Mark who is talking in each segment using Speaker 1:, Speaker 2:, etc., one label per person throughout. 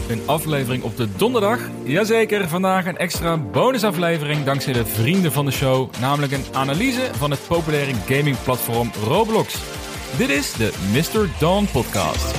Speaker 1: Een aflevering op de donderdag. Jazeker, vandaag een extra bonusaflevering dankzij de vrienden van de show. Namelijk een analyse van het populaire gamingplatform Roblox. Dit is de Mr. Dawn podcast.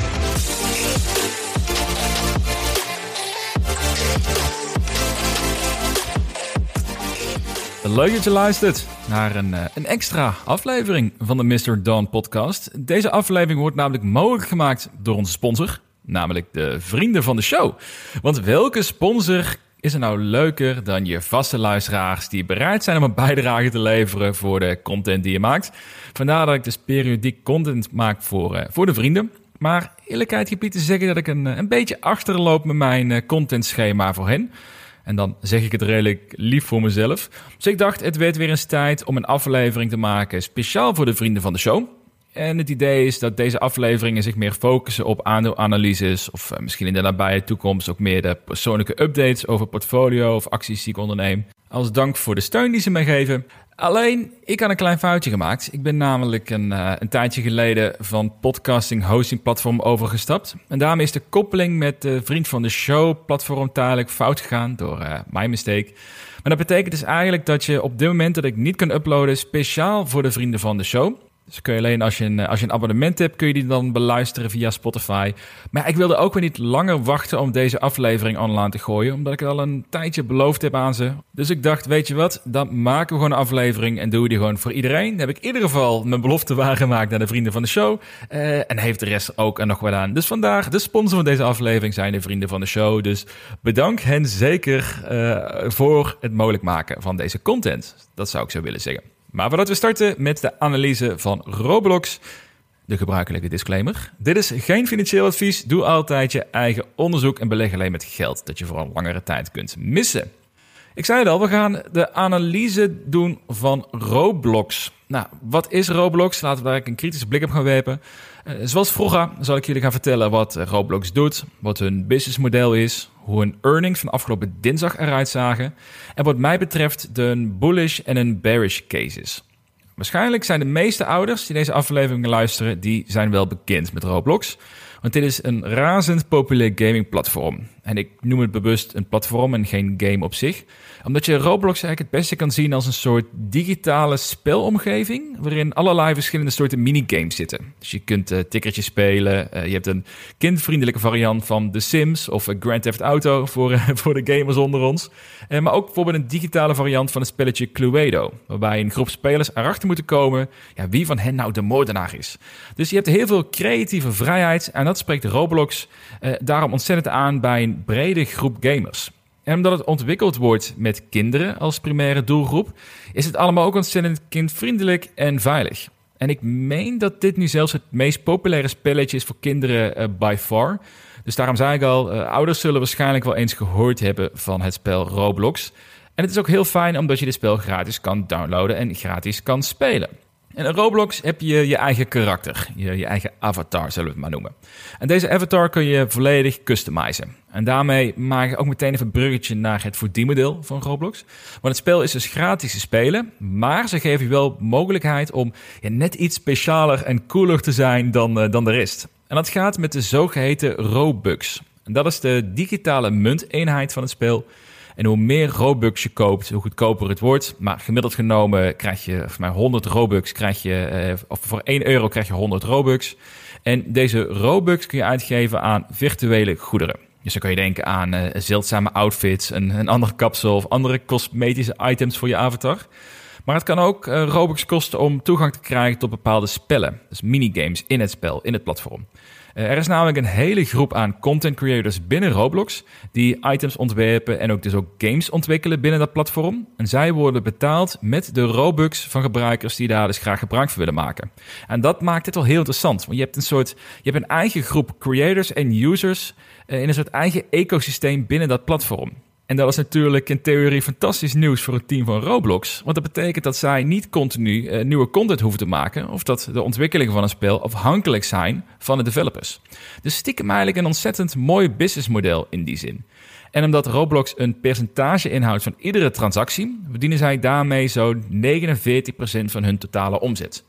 Speaker 1: Leuk dat je luistert naar een extra aflevering van de Mr. Dawn podcast. Deze aflevering wordt namelijk mogelijk gemaakt door onze sponsor, namelijk de vrienden van de show. Want welke sponsor is er nou leuker dan je vaste luisteraars die bereid zijn om een bijdrage te leveren voor de content die je maakt? Vandaar dat ik dus periodiek content maak voor de vrienden. Maar eerlijkheid gebied te zeggen dat ik een beetje achterloop met mijn contentschema voor hen. En dan zeg ik het redelijk lief voor mezelf. Dus ik dacht, het werd weer eens tijd om een aflevering te maken speciaal voor de vrienden van de show. En het idee is dat deze afleveringen zich meer focussen op aandeelanalyses of misschien in de nabije toekomst ook meer de persoonlijke updates over portfolio of acties die ik onderneem. Als dank voor de steun die ze mij geven. Alleen, ik had een klein foutje gemaakt. Ik ben namelijk een tijdje geleden van podcasting hosting platform overgestapt. En daarmee is de koppeling met de vriend van de show platform tijdelijk fout gegaan door my mistake. Maar dat betekent dus eigenlijk dat je op dit moment dat ik niet kan uploaden speciaal voor de vrienden van de show. Dus kun je alleen als je een abonnement hebt, kun je die dan beluisteren via Spotify. Maar ik wilde ook weer niet langer wachten om deze aflevering online te gooien, omdat ik het al een tijdje beloofd heb aan ze. Dus ik dacht, weet je wat, dan maken we gewoon een aflevering en doen we die gewoon voor iedereen. Dan heb ik in ieder geval mijn belofte waargemaakt naar de vrienden van de show. En heeft de rest ook er nog wat aan. Dus vandaag, de sponsor van deze aflevering zijn de vrienden van de show. Dus bedank hen zeker voor het mogelijk maken van deze content. Dat zou ik zo willen zeggen. Maar voordat we starten met de analyse van Roblox, de gebruikelijke disclaimer. Dit is geen financieel advies. Doe altijd je eigen onderzoek en beleg alleen met geld dat je voor een langere tijd kunt missen. Ik zei het al, we gaan de analyse doen van Roblox. Nou, wat is Roblox? Laten we daar een kritische blik op gaan werpen. Zoals vroeger zal ik jullie gaan vertellen wat Roblox doet, wat hun businessmodel is, hoe hun earnings van afgelopen dinsdag eruit zagen en wat mij betreft de een bullish en een bearish cases. Waarschijnlijk zijn de meeste ouders die deze aflevering luisteren, die zijn wel bekend met Roblox. Want dit is een razend populair gamingplatform. En ik noem het bewust een platform en geen game op zich. Omdat je Roblox eigenlijk het beste kan zien als een soort digitale spelomgeving, waarin allerlei verschillende soorten minigames zitten. Dus je kunt tikkertjes spelen, je hebt een kindvriendelijke variant van The Sims of Grand Theft Auto voor de gamers onder ons. Maar ook bijvoorbeeld een digitale variant van het spelletje Cluedo, waarbij een groep spelers erachter moeten komen wie van hen nou de moordenaar is. Dus je hebt heel veel creatieve vrijheid en dat spreekt Roblox daarom ontzettend aan bij een brede groep gamers. En omdat het ontwikkeld wordt met kinderen als primaire doelgroep, is het allemaal ook ontzettend kindvriendelijk en veilig. En ik meen dat dit nu zelfs het meest populaire spelletje is voor kinderen by far. Dus daarom zei ik al, ouders zullen waarschijnlijk wel eens gehoord hebben van het spel Roblox. En het is ook heel fijn omdat je dit spel gratis kan downloaden en gratis kan spelen. En in Roblox heb je je eigen karakter, je eigen avatar zullen we het maar noemen. En deze avatar kun je volledig customizen. En daarmee maak ik ook meteen even een bruggetje naar het verdienmodel van Roblox. Want het spel is dus gratis te spelen, maar ze geven je wel mogelijkheid om net iets specialer en cooler te zijn dan de rest. En dat gaat met de zogeheten Robux. En dat is de digitale munteenheid van het spel. En hoe meer Robux je koopt, hoe goedkoper het wordt. Maar gemiddeld genomen krijg je, volgens mij 100 Robux krijg je, of voor 1 euro krijg je 100 Robux. En deze Robux kun je uitgeven aan virtuele goederen. Dus dan kan je denken aan zeldzame outfits, een andere kapsel of andere cosmetische items voor je avatar. Maar het kan ook Robux kosten om toegang te krijgen tot bepaalde spellen. Dus minigames in het spel, in het platform. Er is namelijk een hele groep aan content creators binnen Roblox die items ontwerpen en ook dus ook games ontwikkelen binnen dat platform. En zij worden betaald met de Robux van gebruikers die daar dus graag gebruik van willen maken. En dat maakt het wel heel interessant, want je hebt een eigen groep creators en users in een soort eigen ecosysteem binnen dat platform. En dat is natuurlijk in theorie fantastisch nieuws voor het team van Roblox. Want dat betekent dat zij niet continu nieuwe content hoeven te maken. Of dat de ontwikkelingen van een spel afhankelijk zijn van de developers. Dus stiekem eigenlijk een ontzettend mooi businessmodel in die zin. En omdat Roblox een percentage inhoudt van iedere transactie, verdienen zij daarmee zo'n 49% van hun totale omzet.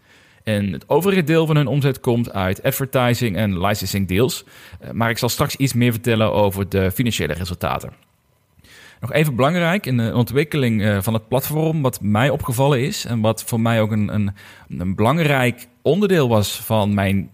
Speaker 1: En het overige deel van hun omzet komt uit advertising en licensing deals. Maar ik zal straks iets meer vertellen over de financiële resultaten. Nog even belangrijk in de ontwikkeling van het platform, wat mij opgevallen is en wat voor mij ook een belangrijk onderdeel was van mijn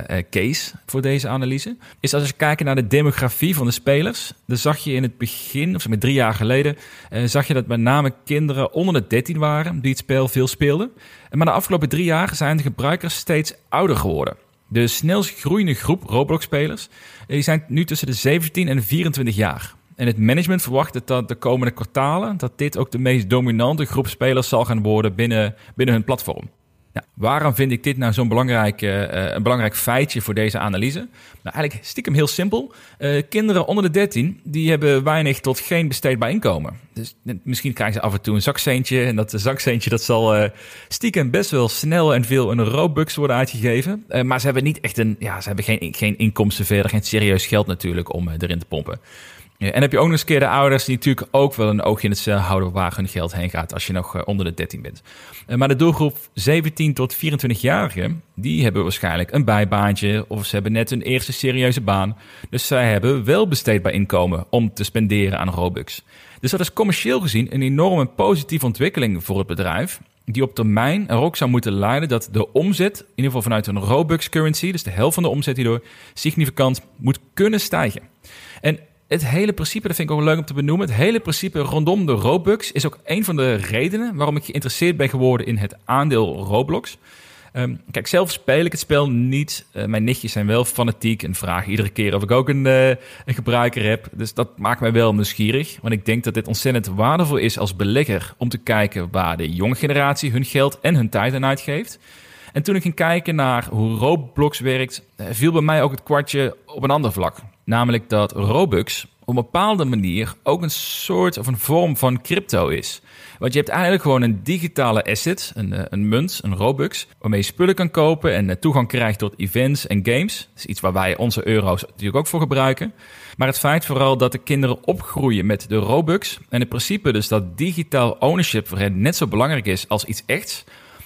Speaker 1: case voor deze analyse, is als je kijkt naar de demografie van de spelers, dan zag je in het begin, of 3 jaar geleden, zag je dat met name kinderen onder de 13 waren die het spel veel speelden. Maar de afgelopen 3 jaar zijn de gebruikers steeds ouder geworden. De snelst groeiende groep Roblox-spelers die zijn nu tussen de 17 en 24 jaar. En het management verwacht dat de komende kwartalen dat dit ook de meest dominante groep spelers zal gaan worden binnen hun platform. Nou, waarom vind ik dit nou zo'n belangrijk feitje voor deze analyse? Nou, eigenlijk stiekem heel simpel. Kinderen onder de 13 die hebben weinig tot geen besteedbaar inkomen. Dus misschien krijgen ze af en toe een zakcentje. En dat zakcentje dat zal stiekem best wel snel en veel in Robux worden uitgegeven. Maar ze hebben niet echt ze hebben geen inkomsten verder, geen serieus geld natuurlijk om erin te pompen. Ja, en heb je ook nog eens keer de ouders die natuurlijk ook wel een oogje in het houden waar hun geld heen gaat als je nog onder de 13 bent. Maar de doelgroep 17 tot 24-jarigen, die hebben waarschijnlijk een bijbaantje of ze hebben net hun eerste serieuze baan. Dus zij hebben wel besteedbaar inkomen om te spenderen aan Robux. Dus dat is commercieel gezien een enorme positieve ontwikkeling voor het bedrijf, die op termijn er ook zou moeten leiden dat de omzet, in ieder geval vanuit een Robux currency, dus de helft van de omzet hierdoor, significant moet kunnen stijgen. En het hele principe, dat vind ik ook leuk om te benoemen, het hele principe rondom de Robux is ook een van de redenen waarom ik geïnteresseerd ben geworden in het aandeel Roblox. Kijk, zelf speel ik het spel niet. Mijn nichtjes zijn wel fanatiek en vragen iedere keer of ik ook een gebruiker heb. Dus dat maakt mij wel nieuwsgierig. Want ik denk dat dit ontzettend waardevol is als belegger om te kijken waar de jonge generatie hun geld en hun tijd aan uitgeeft. En toen ik ging kijken naar hoe Roblox werkt, viel bij mij ook het kwartje op een ander vlak. Namelijk dat Robux op een bepaalde manier ook een soort of een vorm van crypto is. Want je hebt eigenlijk gewoon een digitale asset, een munt, een Robux, waarmee je spullen kan kopen en toegang krijgt tot events en games. Dat is iets waar wij onze euro's natuurlijk ook voor gebruiken. Maar het feit vooral dat de kinderen opgroeien met de Robux en het principe dus dat digitaal ownership voor hen net zo belangrijk is als iets echts.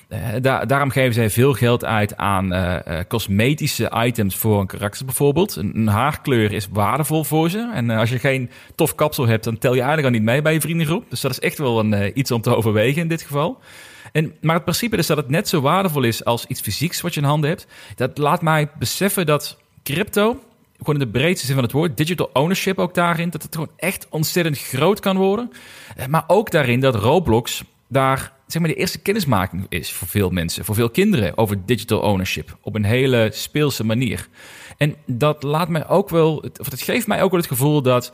Speaker 1: Daarom geven zij veel geld uit aan cosmetische items voor een karakter bijvoorbeeld. Een haarkleur is waardevol voor ze. En als je geen tof kapsel hebt, dan tel je eigenlijk al niet mee bij je vriendengroep. Dus dat is echt wel iets om te overwegen in dit geval. Maar het principe is dat het net zo waardevol is als iets fysieks wat je in handen hebt. Dat laat mij beseffen dat crypto, gewoon in de breedste zin van het woord, digital ownership ook daarin, dat het gewoon echt ontzettend groot kan worden. Maar ook daarin dat Roblox daar zeg maar de eerste kennismaking is voor veel mensen, voor veel kinderen over digital ownership op een hele speelse manier. En dat laat mij ook wel, of dat geeft mij ook wel het gevoel dat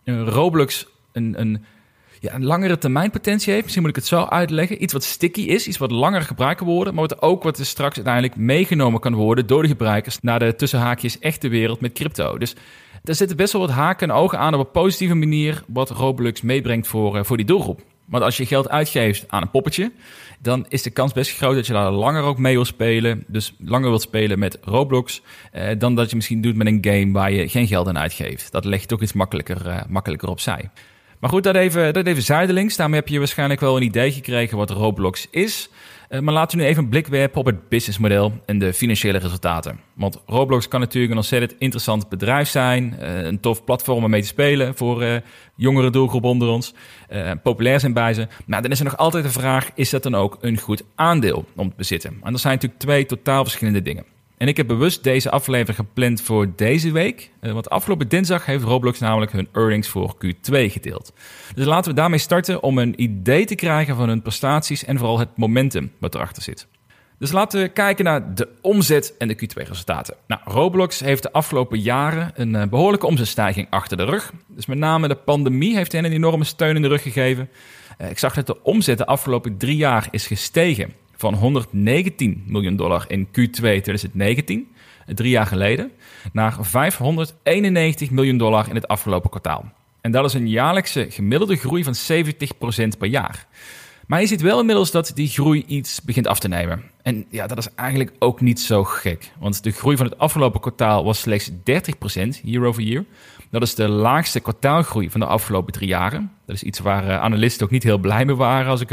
Speaker 1: Roblox een langere termijn potentie heeft. Misschien moet ik het zo uitleggen. Iets wat sticky is, iets wat langer gebruikt kan worden, maar wat er straks uiteindelijk meegenomen kan worden door de gebruikers naar de tussenhaakjes echte wereld met crypto. Dus er zitten best wel wat haken en ogen aan op een positieve manier wat Roblox meebrengt voor die doelgroep. Want als je geld uitgeeft aan een poppetje, dan is de kans best groot dat je daar langer ook mee wil spelen. Dus langer wilt spelen met Roblox, dan dat je misschien doet met een game waar je geen geld aan uitgeeft. Dat leg je toch iets makkelijker opzij. Maar goed, dat even zijdelings. Daarmee heb je waarschijnlijk wel een idee gekregen wat Roblox is. Maar laten we nu even een blik werpen op het businessmodel en de financiële resultaten. Want Roblox kan natuurlijk een ontzettend interessant bedrijf zijn. Een tof platform om mee te spelen voor jongere doelgroep onder ons. Populair zijn bij ze. Maar dan is er nog altijd de vraag, is dat dan ook een goed aandeel om te bezitten? En dat zijn natuurlijk 2 totaal verschillende dingen. En ik heb bewust deze aflevering gepland voor deze week. Want afgelopen dinsdag heeft Roblox namelijk hun earnings voor Q2 gedeeld. Dus laten we daarmee starten om een idee te krijgen van hun prestaties en vooral het momentum wat erachter zit. Dus laten we kijken naar de omzet en de Q2-resultaten. Nou, Roblox heeft de afgelopen jaren een behoorlijke omzetstijging achter de rug. Dus met name de pandemie heeft hen een enorme steun in de rug gegeven. Ik zag dat de omzet de afgelopen 3 jaar is gestegen van $119 miljoen in Q2 2019, 3 jaar geleden, naar $591 miljoen in het afgelopen kwartaal. En dat is een jaarlijkse gemiddelde groei van 70% per jaar. Maar je ziet wel inmiddels dat die groei iets begint af te nemen. En ja, dat is eigenlijk ook niet zo gek. Want de groei van het afgelopen kwartaal was slechts 30% year over year. Dat is de laagste kwartaalgroei van de afgelopen 3 jaren. Dat is iets waar analisten ook niet heel blij mee waren als ik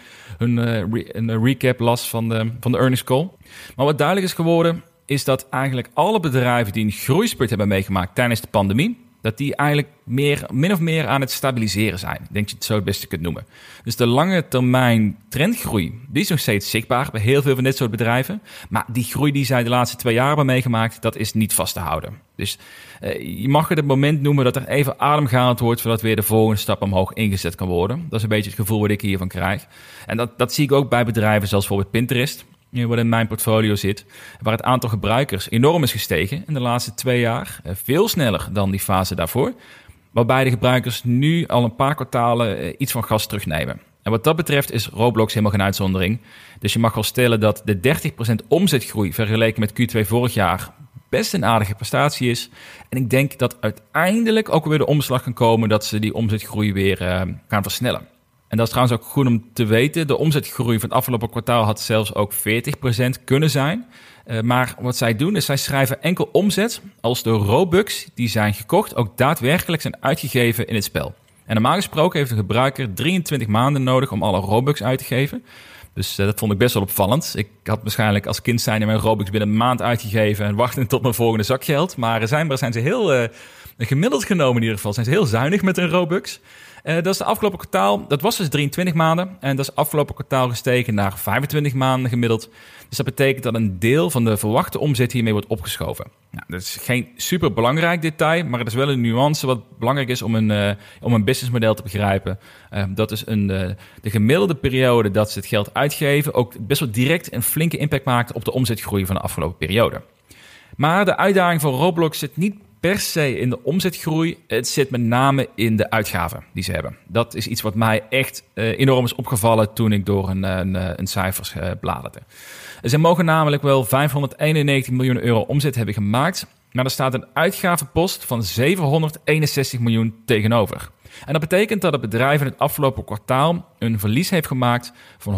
Speaker 1: een recap las van de earnings call. Maar wat duidelijk is geworden, is dat eigenlijk alle bedrijven die een groeispurt hebben meegemaakt tijdens de pandemie, dat die eigenlijk min of meer aan het stabiliseren zijn. Ik denk dat je het zo het beste kunt noemen. Dus de lange termijn trendgroei, die is nog steeds zichtbaar bij heel veel van dit soort bedrijven. Maar die groei die zij de laatste 2 jaar hebben meegemaakt, dat is niet vast te houden. Dus je mag het moment noemen dat er even adem gehaald wordt, zodat weer de volgende stap omhoog ingezet kan worden. Dat is een beetje het gevoel wat ik hiervan krijg. En dat zie ik ook bij bedrijven zoals bijvoorbeeld Pinterest, wat in mijn portfolio zit, waar het aantal gebruikers enorm is gestegen in de laatste 2 jaar. Veel sneller dan die fase daarvoor. Waarbij de gebruikers nu al een paar kwartalen iets van gas terugnemen. En wat dat betreft is Roblox helemaal geen uitzondering. Dus je mag wel stellen dat de 30% omzetgroei vergeleken met Q2 vorig jaar best een aardige prestatie is. En ik denk dat uiteindelijk ook weer de omslag kan komen dat ze die omzetgroei weer gaan versnellen. En dat is trouwens ook goed om te weten. De omzetgroei van het afgelopen kwartaal had zelfs ook 40% kunnen zijn. Maar wat zij doen is zij schrijven enkel omzet als de Robux die zijn gekocht ook daadwerkelijk zijn uitgegeven in het spel. En normaal gesproken heeft de gebruiker 23 maanden nodig om alle Robux uit te geven. Dus dat vond ik best wel opvallend. Ik had waarschijnlijk als kind zijn mijn Robux binnen een maand uitgegeven en wachten tot mijn volgende zakgeld. Maar zijn ze heel gemiddeld genomen in ieder geval. Zijn ze heel zuinig met hun Robux. Dat is de afgelopen kwartaal, dat was dus 23 maanden. En dat is afgelopen kwartaal gestegen naar 25 maanden gemiddeld. Dus dat betekent dat een deel van de verwachte omzet hiermee wordt opgeschoven. Nou, dat is geen super belangrijk detail, maar het is wel een nuance wat belangrijk is om een businessmodel te begrijpen. Dat is de gemiddelde periode dat ze het geld uitgeven ook best wel direct een flinke impact maakt op de omzetgroei van de afgelopen periode. Maar de uitdaging voor Roblox zit niet per se in de omzetgroei. Het zit met name in de uitgaven die ze hebben. Dat is iets wat mij echt enorm is opgevallen toen ik door een cijfers bladerde. Ze mogen namelijk wel 591 miljoen euro omzet hebben gemaakt, maar er staat een uitgavenpost van 761 miljoen tegenover. En dat betekent dat het bedrijf in het afgelopen kwartaal een verlies heeft gemaakt van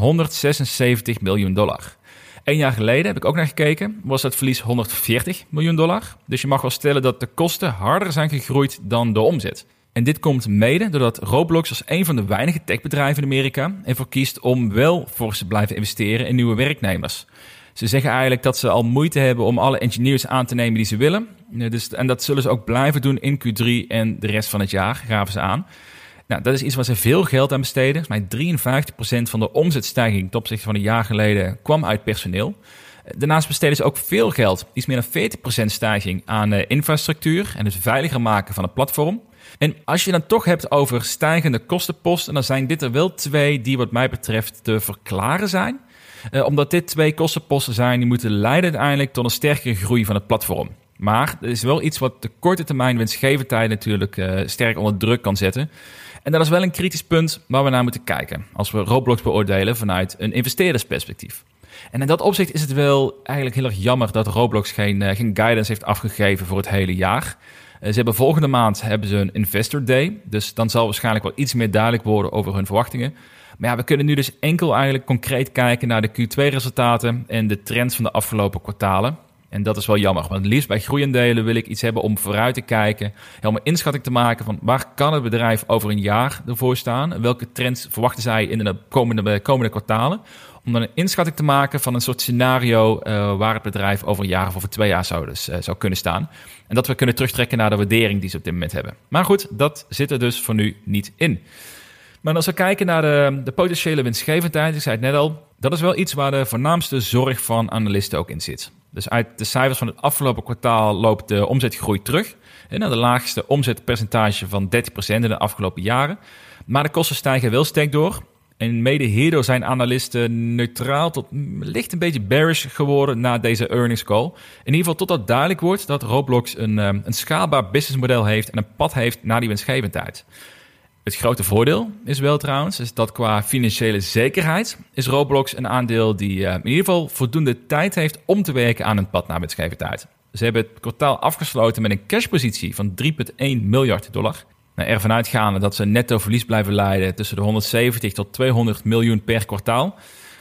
Speaker 1: 176 miljoen dollar. 1 jaar geleden, heb ik ook naar gekeken, was dat verlies 140 miljoen dollar. Dus je mag wel stellen dat de kosten harder zijn gegroeid dan de omzet. En dit komt mede doordat Roblox als een van de weinige techbedrijven in Amerika ervoor kiest om wel fors te blijven investeren in nieuwe werknemers. Ze zeggen eigenlijk dat ze al moeite hebben om alle engineers aan te nemen die ze willen. En dat zullen ze ook blijven doen in Q3 en de rest van het jaar, gaven ze aan. Nou, dat is iets waar ze veel geld aan besteden. Volgens mij 53% van de omzetstijging ten opzichte van een jaar geleden kwam uit personeel. Daarnaast besteden ze ook veel geld, iets meer dan 40% stijging aan infrastructuur en het veiliger maken van het platform. En als je dan toch hebt over stijgende kostenposten, dan zijn dit er wel 2 die wat mij betreft te verklaren zijn. Omdat dit 2 kostenposten zijn die moeten leiden uiteindelijk tot een sterkere groei van het platform. Maar er is wel iets wat de korte termijn winstgevendheid natuurlijk sterk onder druk kan zetten. En dat is wel een kritisch punt waar we naar moeten kijken als we Roblox beoordelen vanuit een investeerdersperspectief. En in dat opzicht is het wel eigenlijk heel erg jammer dat Roblox geen guidance heeft afgegeven voor het hele jaar. Volgende maand hebben ze een Investor Day, dus dan zal waarschijnlijk wel iets meer duidelijk worden over hun verwachtingen. Maar ja, we kunnen nu dus enkel eigenlijk concreet kijken naar de Q2-resultaten en de trends van de afgelopen kwartalen. En dat is wel jammer, want het liefst bij groeiendelen wil ik iets hebben om vooruit te kijken, helemaal inschatting te maken van waar kan het bedrijf over een jaar ervoor staan en welke trends verwachten zij in de komende kwartalen. Om dan een inschatting te maken van een soort scenario waar het bedrijf over een jaar of over 2 jaar zou kunnen staan. En dat we kunnen terugtrekken naar de waardering die ze op dit moment hebben. Maar goed, dat zit er dus voor nu niet in. Maar als we kijken naar de potentiële winstgevendheid, ik zei het net al, dat is wel iets waar de voornaamste zorg van analisten ook in zit. Dus uit de cijfers van het afgelopen kwartaal loopt de omzetgroei terug naar de laagste omzetpercentage van 30% in de afgelopen jaren. Maar de kosten stijgen wel sterk door. En mede hierdoor zijn analisten neutraal tot licht een beetje bearish geworden na deze earnings call. In ieder geval totdat duidelijk wordt dat Roblox een schaalbaar businessmodel heeft en een pad heeft naar die winstgevendheid. Het grote voordeel is wel trouwens, is dat qua financiële zekerheid is Roblox een aandeel die in ieder geval voldoende tijd heeft om te werken aan een pad naar winstgevendheid. Ze hebben het kwartaal afgesloten met een cashpositie van $3,1 miljard. Ervan uitgaande dat ze netto verlies blijven leiden tussen de 170 tot 200 miljoen per kwartaal.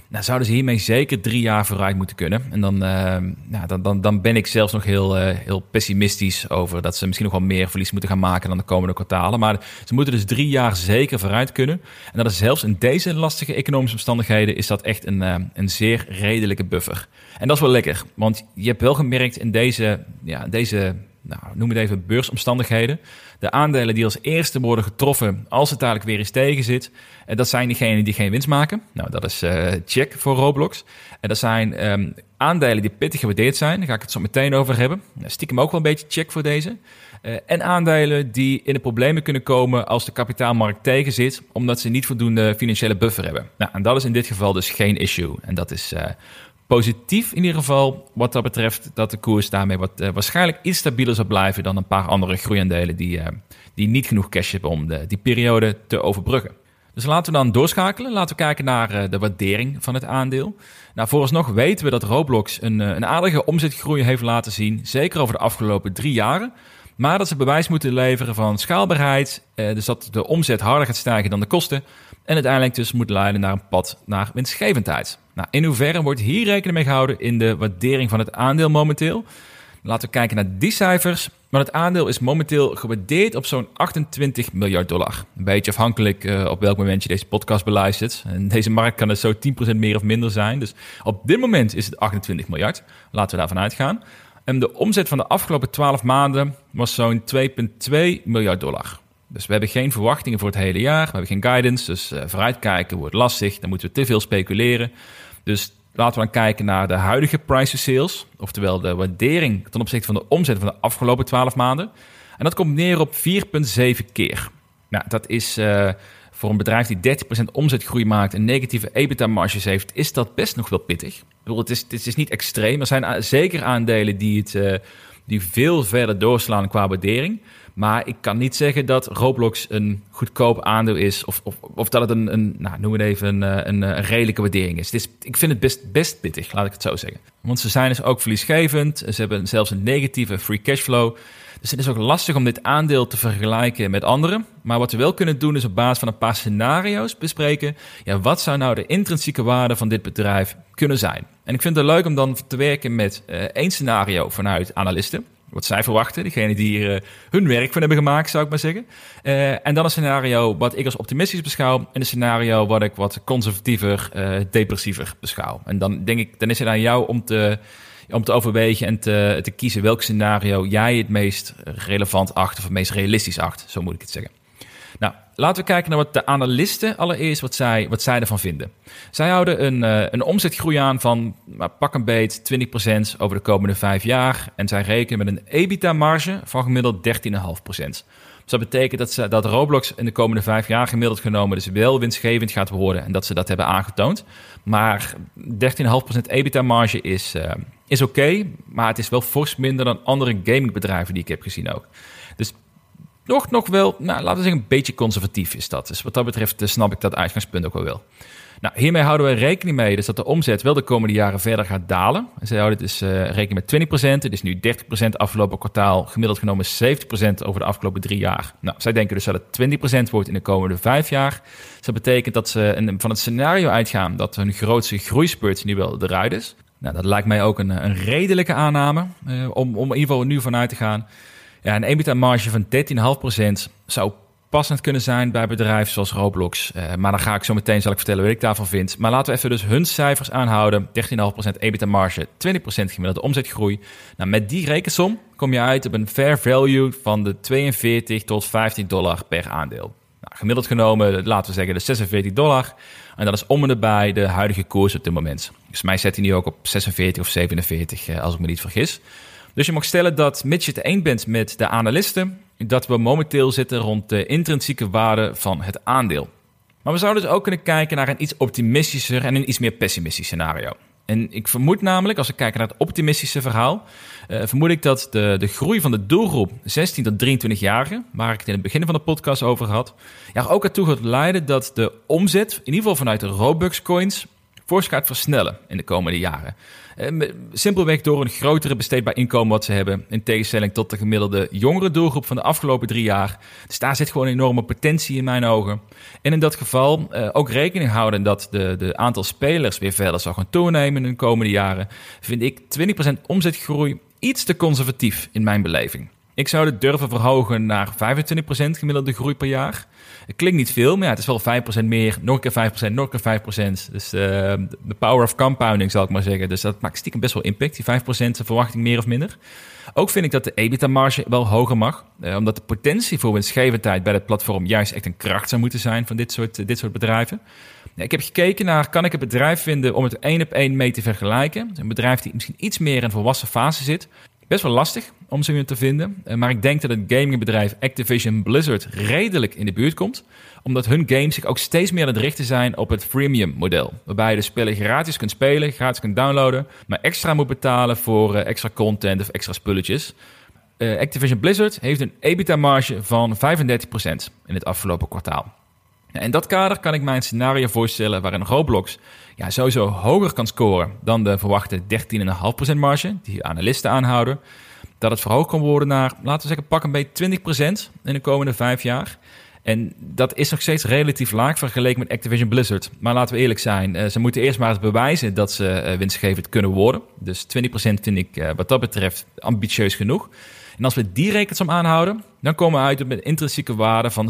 Speaker 1: Nou, zouden ze hiermee zeker 3 jaar vooruit moeten kunnen. En dan ben ik zelfs nog heel pessimistisch over dat ze misschien nog wel meer verlies moeten gaan maken dan de komende kwartalen. Maar ze moeten dus 3 jaar zeker vooruit kunnen. En dat is zelfs in deze lastige economische omstandigheden is dat echt een zeer redelijke buffer. En dat is wel lekker, want je hebt wel gemerkt in deze noem het even beursomstandigheden. De aandelen die als eerste worden getroffen als het dadelijk weer eens tegen zit, dat zijn diegenen die geen winst maken. Nou, dat is check voor Roblox. En dat zijn aandelen die pittig gewaardeerd zijn. Daar ga ik het zo meteen over hebben. Stiekem ook wel een beetje check voor deze. En aandelen die in de problemen kunnen komen als de kapitaalmarkt tegen zit, omdat ze niet voldoende financiële buffer hebben. Nou, en dat is in dit geval dus geen issue. En dat is positief in ieder geval wat dat betreft, dat de koers daarmee waarschijnlijk iets stabieler zal blijven dan een paar andere groeiaandelen die niet genoeg cash hebben om die periode te overbruggen. Dus laten we dan doorschakelen. Laten we kijken naar de waardering van het aandeel. Nou, vooralsnog weten we dat Roblox een aardige omzetgroei heeft laten zien, zeker over de afgelopen 3 jaren. Maar dat ze bewijs moeten leveren van schaalbaarheid, dus dat de omzet harder gaat stijgen dan de kosten en uiteindelijk dus moet leiden naar een pad naar winstgevendheid. Nou, in hoeverre wordt hier rekening mee gehouden in de waardering van het aandeel momenteel? Laten we kijken naar die cijfers. Want het aandeel is momenteel gewaardeerd op zo'n $28 miljard. Een beetje afhankelijk op welk moment je deze podcast beluistert. En deze markt kan dus zo 10% meer of minder zijn. Dus op dit moment is het 28 miljard. Laten we daarvan uitgaan. En de omzet van de afgelopen 12 maanden was zo'n $2,2 miljard. Dus we hebben geen verwachtingen voor het hele jaar. We hebben geen guidance, dus vooruitkijken wordt lastig. Dan moeten we te veel speculeren. Dus laten we dan kijken naar de huidige price to sales. Oftewel de waardering ten opzichte van de omzet van de afgelopen 12 maanden. En dat komt neer op 4,7 keer. Nou, dat is voor een bedrijf die 30% omzetgroei maakt en negatieve EBITDA-marges heeft, is dat best nog wel pittig. Ik bedoel, het is niet extreem. Er zijn zeker aandelen die veel verder doorslaan qua waardering. Maar ik kan niet zeggen dat Roblox een goedkoop aandeel is of dat het een redelijke waardering is. Ik vind het best pittig, laat ik het zo zeggen. Want ze zijn dus ook verliesgevend. Ze hebben zelfs een negatieve free cashflow. Dus het is ook lastig om dit aandeel te vergelijken met anderen. Maar wat we wel kunnen doen is op basis van een paar scenario's bespreken. Ja, wat zou nou de intrinsieke waarde van dit bedrijf kunnen zijn? En ik vind het leuk om dan te werken met 1 scenario vanuit analisten. Wat zij verwachten, degene die hier hun werk van hebben gemaakt, zou ik maar zeggen. En dan een scenario wat ik als optimistisch beschouw. En een scenario wat ik wat conservatiever, depressiever beschouw. En dan denk ik, dan is het aan jou om te overwegen en te kiezen welk scenario jij het meest relevant acht of het meest realistisch acht. Zo moet ik het zeggen. Nou, laten we kijken naar wat de analisten allereerst, wat zij ervan vinden. Zij houden een omzetgroei aan van pak een beet 20% over de komende 5 jaar. En zij rekenen met een EBITDA-marge van gemiddeld 13,5%. Dus dat betekent dat Roblox in de komende 5 jaar gemiddeld genomen dus wel winstgevend gaat worden en dat ze dat hebben aangetoond. Maar 13,5% EBITDA-marge is oké, maar het is wel fors minder dan andere gamingbedrijven die ik heb gezien ook. Dus nog wel, laten we zeggen, een beetje conservatief is dat. Dus wat dat betreft snap ik dat uitgangspunt ook wel. Nou, hiermee houden we rekening mee dus dat de omzet wel de komende jaren verder gaat dalen. Zij houden dus rekening met 20%. Het is nu 30% afgelopen kwartaal. Gemiddeld genomen 70% over de afgelopen 3 jaar. Nou, zij denken dus dat het 20% wordt in de komende 5 jaar. Dus dat betekent dat ze van het scenario uitgaan dat hun grootste groeispurt nu wel eruit is. Nou, dat lijkt mij ook een redelijke aanname om in ieder geval nu vanuit te gaan. Ja, een EBITDA-marge van 13,5% zou passend kunnen zijn bij bedrijven zoals Roblox. Maar dan ga ik zo meteen zal ik vertellen wat ik daarvan vind. Maar laten we even dus hun cijfers aanhouden. 13,5% EBITDA-marge, 20% gemiddelde omzetgroei. Nou, met die rekensom kom je uit op een fair value van de $42 tot $15 per aandeel. Nou, gemiddeld genomen, laten we zeggen de $46. En dat is om en nabij de huidige koers op dit moment. Dus mij zet hij nu ook op 46 of 47, als ik me niet vergis. Dus je mag stellen dat, mits je het eens bent met de analisten, dat we momenteel zitten rond de intrinsieke waarde van het aandeel. Maar we zouden dus ook kunnen kijken naar een iets optimistischer en een iets meer pessimistisch scenario. En ik vermoed namelijk, als we kijken naar het optimistische verhaal, vermoed ik dat de groei van de doelgroep 16 tot 23-jarigen, waar ik het in het begin van de podcast over had, ja, ook ertoe gaat leiden dat de omzet, in ieder geval vanuit de Robux coins, fors gaat versnellen in de komende jaren. Simpelweg door een grotere besteedbaar inkomen wat ze hebben, in tegenstelling tot de gemiddelde jongere doelgroep van de afgelopen 3 jaar. Dus daar zit gewoon een enorme potentie in mijn ogen. En in dat geval ook rekening houden dat de aantal spelers weer verder zal gaan toenemen in de komende jaren, vind ik 20% omzetgroei iets te conservatief in mijn beleving. Ik zou het durven verhogen naar 25% gemiddelde groei per jaar. Het klinkt niet veel, maar ja, het is wel 5% meer, nog een keer 5%, nog een keer 5%. Dus de power of compounding zal ik maar zeggen. Dus dat maakt stiekem best wel impact, die 5% verwachting meer of minder. Ook vind ik dat de EBITDA-marge wel hoger mag. Omdat de potentie voor winstgevendheid bij het platform juist echt een kracht zou moeten zijn van dit soort bedrijven. Ik heb gekeken naar, kan ik een bedrijf vinden om het 1-op-1 mee te vergelijken? Een bedrijf die misschien iets meer in een volwassen fase zit. Best wel lastig om ze weer te vinden. Maar ik denk dat het gamingbedrijf Activision Blizzard redelijk in de buurt komt. Omdat hun games zich ook steeds meer aan het richten zijn op het freemium model. Waarbij je de spellen gratis kunt spelen, gratis kunt downloaden. Maar extra moet betalen voor extra content of extra spulletjes. Activision Blizzard heeft een EBITDA-marge van 35% in het afgelopen kwartaal. In dat kader kan ik mij een scenario voorstellen waarin Roblox sowieso hoger kan scoren dan de verwachte 13,5% marge die analisten aanhouden. Dat het verhoogd kan worden naar, laten we zeggen, pak een beetje 20% in de komende 5 jaar. En dat is nog steeds relatief laag vergeleken met Activision Blizzard. Maar laten we eerlijk zijn, ze moeten eerst maar eens bewijzen dat ze winstgevend kunnen worden. Dus 20% vind ik wat dat betreft ambitieus genoeg. En als we die rekensom aanhouden, dan komen we uit op een intrinsieke waarde van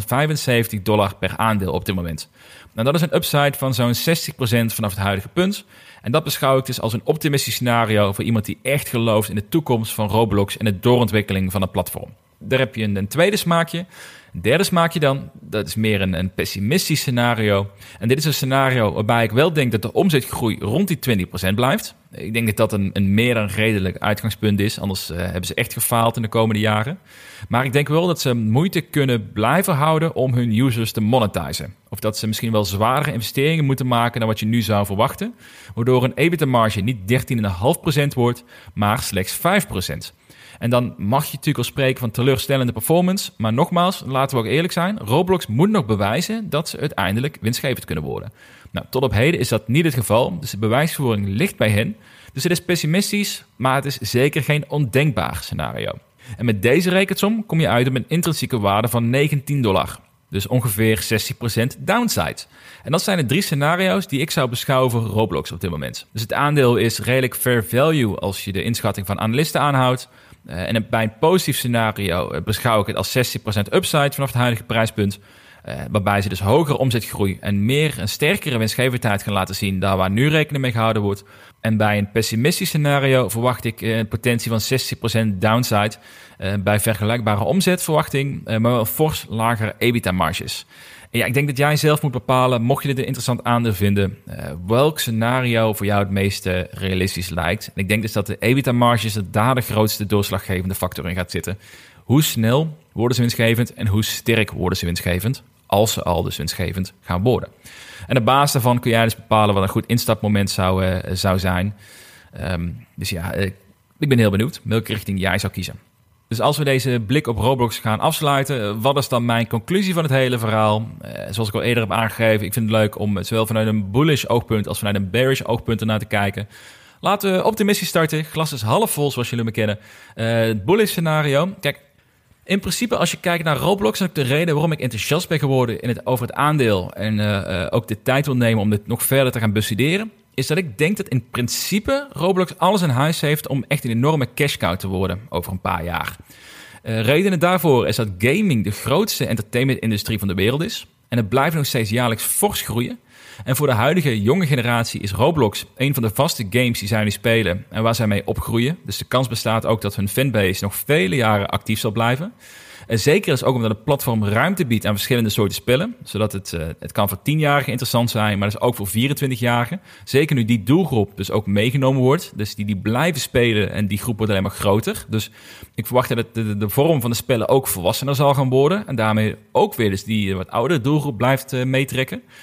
Speaker 1: $75 per aandeel op dit moment. Nou, dat is een upside van zo'n 60% vanaf het huidige punt. En dat beschouw ik dus als een optimistisch scenario voor iemand die echt gelooft in de toekomst van Roblox en de doorontwikkeling van het platform. Daar heb je een tweede smaakje. Een derde smaakje dan, dat is meer een pessimistisch scenario. En dit is een scenario waarbij ik wel denk dat de omzetgroei rond die 20% blijft. Ik denk dat dat een meer dan redelijk uitgangspunt is. Anders hebben ze echt gefaald in de komende jaren. Maar ik denk wel dat ze moeite kunnen blijven houden om hun users te monetizen. Of dat ze misschien wel zwaardere investeringen moeten maken dan wat je nu zou verwachten. Waardoor een EBITDA-marge niet 13,5% wordt, maar slechts 5%. En dan mag je natuurlijk wel spreken van teleurstellende performance. Maar nogmaals, laten we ook eerlijk zijn. Roblox moet nog bewijzen dat ze uiteindelijk winstgevend kunnen worden. Nou, tot op heden is dat niet het geval. Dus de bewijsvoering ligt bij hen. Dus het is pessimistisch, maar het is zeker geen ondenkbaar scenario. En met deze rekensom kom je uit op een intrinsieke waarde van $19. Dus ongeveer 60% downside. En dat zijn de 3 scenario's die ik zou beschouwen voor Roblox op dit moment. Dus het aandeel is redelijk fair value als je de inschatting van analisten aanhoudt. En bij een positief scenario beschouw ik het als 60% upside vanaf het huidige prijspunt. Waarbij ze dus hogere omzetgroei en een sterkere winstgevendheid gaan laten zien dan waar nu rekening mee gehouden wordt. En bij een pessimistisch scenario verwacht ik een potentie van 60% downside. Bij vergelijkbare omzetverwachting, maar wel fors lagere EBITDA-marges. Ja, ik denk dat jij zelf moet bepalen, mocht je dit een interessant aandeel vinden, welk scenario voor jou het meest realistisch lijkt. En ik denk dus dat de EBITDA-marges daar de grootste doorslaggevende factor in gaat zitten. Hoe snel worden ze winstgevend en hoe sterk worden ze winstgevend, als ze al dus winstgevend gaan worden. En op basis daarvan kun jij dus bepalen wat een goed instapmoment zou zijn. Dus ja, ik ben heel benieuwd welke richting jij zou kiezen. Dus als we deze blik op Roblox gaan afsluiten, wat is dan mijn conclusie van het hele verhaal? Zoals ik al eerder heb aangegeven, ik vind het leuk om zowel vanuit een bullish oogpunt als vanuit een bearish oogpunt ernaar te kijken. Laten we optimistisch starten. Glas is half vol, zoals jullie me kennen. Het bullish scenario. Kijk, in principe als je kijkt naar Roblox, en ook de reden waarom ik enthousiast ben geworden over het aandeel en ook de tijd wil nemen om dit nog verder te gaan bestuderen, is dat ik denk dat in principe Roblox alles in huis heeft om echt een enorme cash cow te worden over een paar jaar. Redenen daarvoor is dat gaming de grootste entertainment-industrie van de wereld is. En het blijft nog steeds jaarlijks fors groeien. En voor de huidige jonge generatie is Roblox een van de vaste games die zij nu spelen en waar zij mee opgroeien. Dus de kans bestaat ook dat hun fanbase nog vele jaren actief zal blijven. En zeker is ook omdat het platform ruimte biedt aan verschillende soorten spellen. Zodat het kan voor 10-jarigen interessant zijn, maar dus ook voor 24-jarigen. Zeker nu die doelgroep dus ook meegenomen wordt. Dus die blijven spelen en die groep wordt alleen maar groter. Dus ik verwacht dat de vorm van de spellen ook volwassener zal gaan worden. En daarmee ook weer dus die wat oudere doelgroep blijft meetrekken.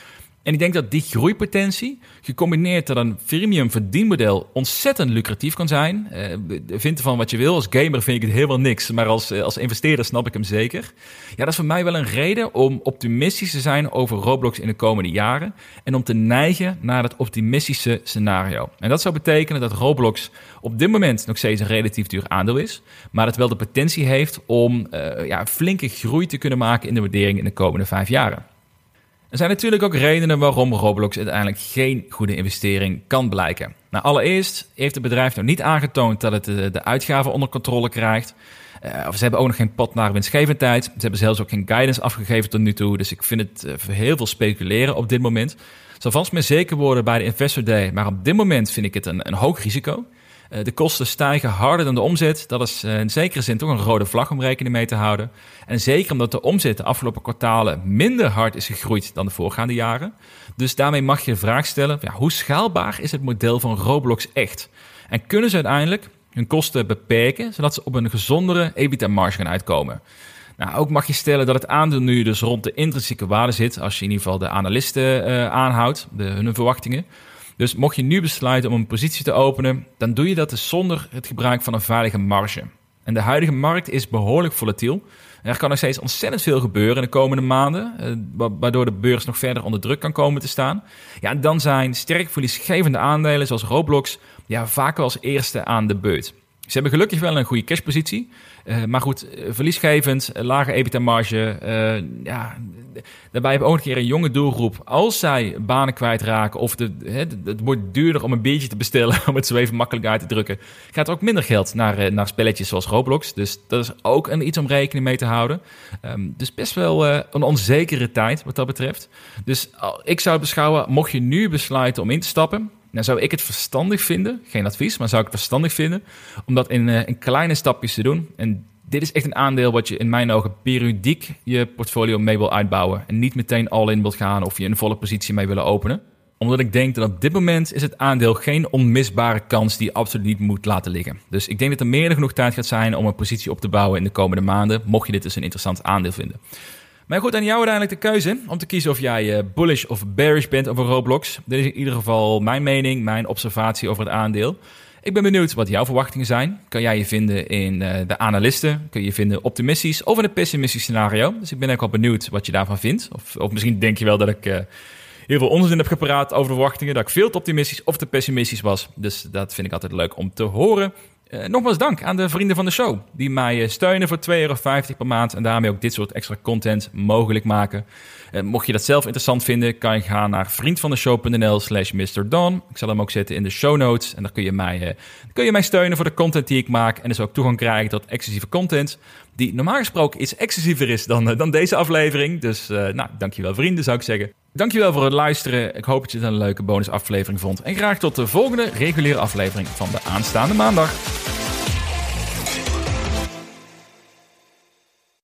Speaker 1: En ik denk dat die groeipotentie, gecombineerd met een freemium verdienmodel, ontzettend lucratief kan zijn. Vind ervan wat je wil. Als gamer vind ik het helemaal niks, maar als investeerder snap ik hem zeker. Ja, dat is voor mij wel een reden om optimistisch te zijn over Roblox in de komende jaren en om te neigen naar het optimistische scenario. En dat zou betekenen dat Roblox op dit moment nog steeds een relatief duur aandeel is, maar het wel de potentie heeft om flinke groei te kunnen maken in de waardering in de komende 5 jaren. Er zijn natuurlijk ook redenen waarom Roblox uiteindelijk geen goede investering kan blijken. Nou, allereerst heeft het bedrijf nog niet aangetoond dat het de uitgaven onder controle krijgt. Ze hebben ook nog geen pad naar winstgevendheid. Ze hebben zelfs ook geen guidance afgegeven tot nu toe. Dus ik vind het heel veel speculeren op dit moment. Het zal vast meer zeker worden bij de Investor Day. Maar op dit moment vind ik het een hoog risico. De kosten stijgen harder dan de omzet. Dat is in zekere zin toch een rode vlag om rekening mee te houden. En zeker omdat de omzet de afgelopen kwartalen minder hard is gegroeid dan de voorgaande jaren. Dus daarmee mag je de vraag stellen, hoe schaalbaar is het model van Roblox echt? En kunnen ze uiteindelijk hun kosten beperken, zodat ze op een gezondere EBITDA-marge gaan uitkomen? Nou, ook mag je stellen dat het aandeel nu dus rond de intrinsieke waarde zit, als je in ieder geval de analisten aanhoudt, hun verwachtingen. Dus mocht je nu besluiten om een positie te openen, dan doe je dat dus zonder het gebruik van een veilige marge. En de huidige markt is behoorlijk volatiel. Er kan nog steeds ontzettend veel gebeuren in de komende maanden, waardoor de beurs nog verder onder druk kan komen te staan. Ja, en dan zijn sterk verliesgevende aandelen zoals Roblox vaak wel als eerste aan de beurt. Ze hebben gelukkig wel een goede cashpositie. Maar goed, verliesgevend, lage EBITDA-marge. Daarbij hebben we ook een keer een jonge doelgroep. Als zij banen kwijtraken of het wordt duurder om een biertje te bestellen, om het zo even makkelijk uit te drukken, gaat er ook minder geld naar spelletjes zoals Roblox. Dus dat is ook iets om rekening mee te houden. Dus best wel een onzekere tijd wat dat betreft. Dus ik zou het beschouwen, mocht je nu besluiten om in te stappen, dan zou ik het verstandig vinden, geen advies, maar zou ik het verstandig vinden om dat in kleine stapjes te doen. En dit is echt een aandeel wat je in mijn ogen periodiek je portfolio mee wil uitbouwen. En niet meteen all-in wilt gaan of je een volle positie mee willen openen. Omdat ik denk dat op dit moment is het aandeel geen onmisbare kans die je absoluut niet moet laten liggen. Dus ik denk dat er meer dan genoeg tijd gaat zijn om een positie op te bouwen in de komende maanden, mocht je dit dus een interessant aandeel vinden. Maar goed, aan jou uiteindelijk de keuze om te kiezen of jij bullish of bearish bent over Roblox. Dit is in ieder geval mijn mening, mijn observatie over het aandeel. Ik ben benieuwd wat jouw verwachtingen zijn. Kan jij je vinden in de analisten? Kun je je vinden optimistisch of in een pessimistisch scenario? Dus ik ben ook wel benieuwd wat je daarvan vindt. Of misschien denk je wel dat ik heel veel onzin heb gepraat over de verwachtingen. Dat ik veel te optimistisch of te pessimistisch was. Dus dat vind ik altijd leuk om te horen. Nogmaals dank aan de vrienden van de show die mij steunen voor €2,50 per maand en daarmee ook dit soort extra content mogelijk maken. Mocht je dat zelf interessant vinden, kan je gaan naar vriendvandeshow.nl/MrDon. Ik zal hem ook zetten in de show notes en dan kun je mij steunen voor de content die ik maak en dus ook toegang krijgen tot exclusieve content die normaal gesproken iets exclusiever is dan deze aflevering. Dus dankjewel vrienden, zou ik zeggen. Dankjewel voor het luisteren. Ik hoop dat je het een leuke bonusaflevering vond. En graag tot de volgende reguliere aflevering van de aanstaande maandag.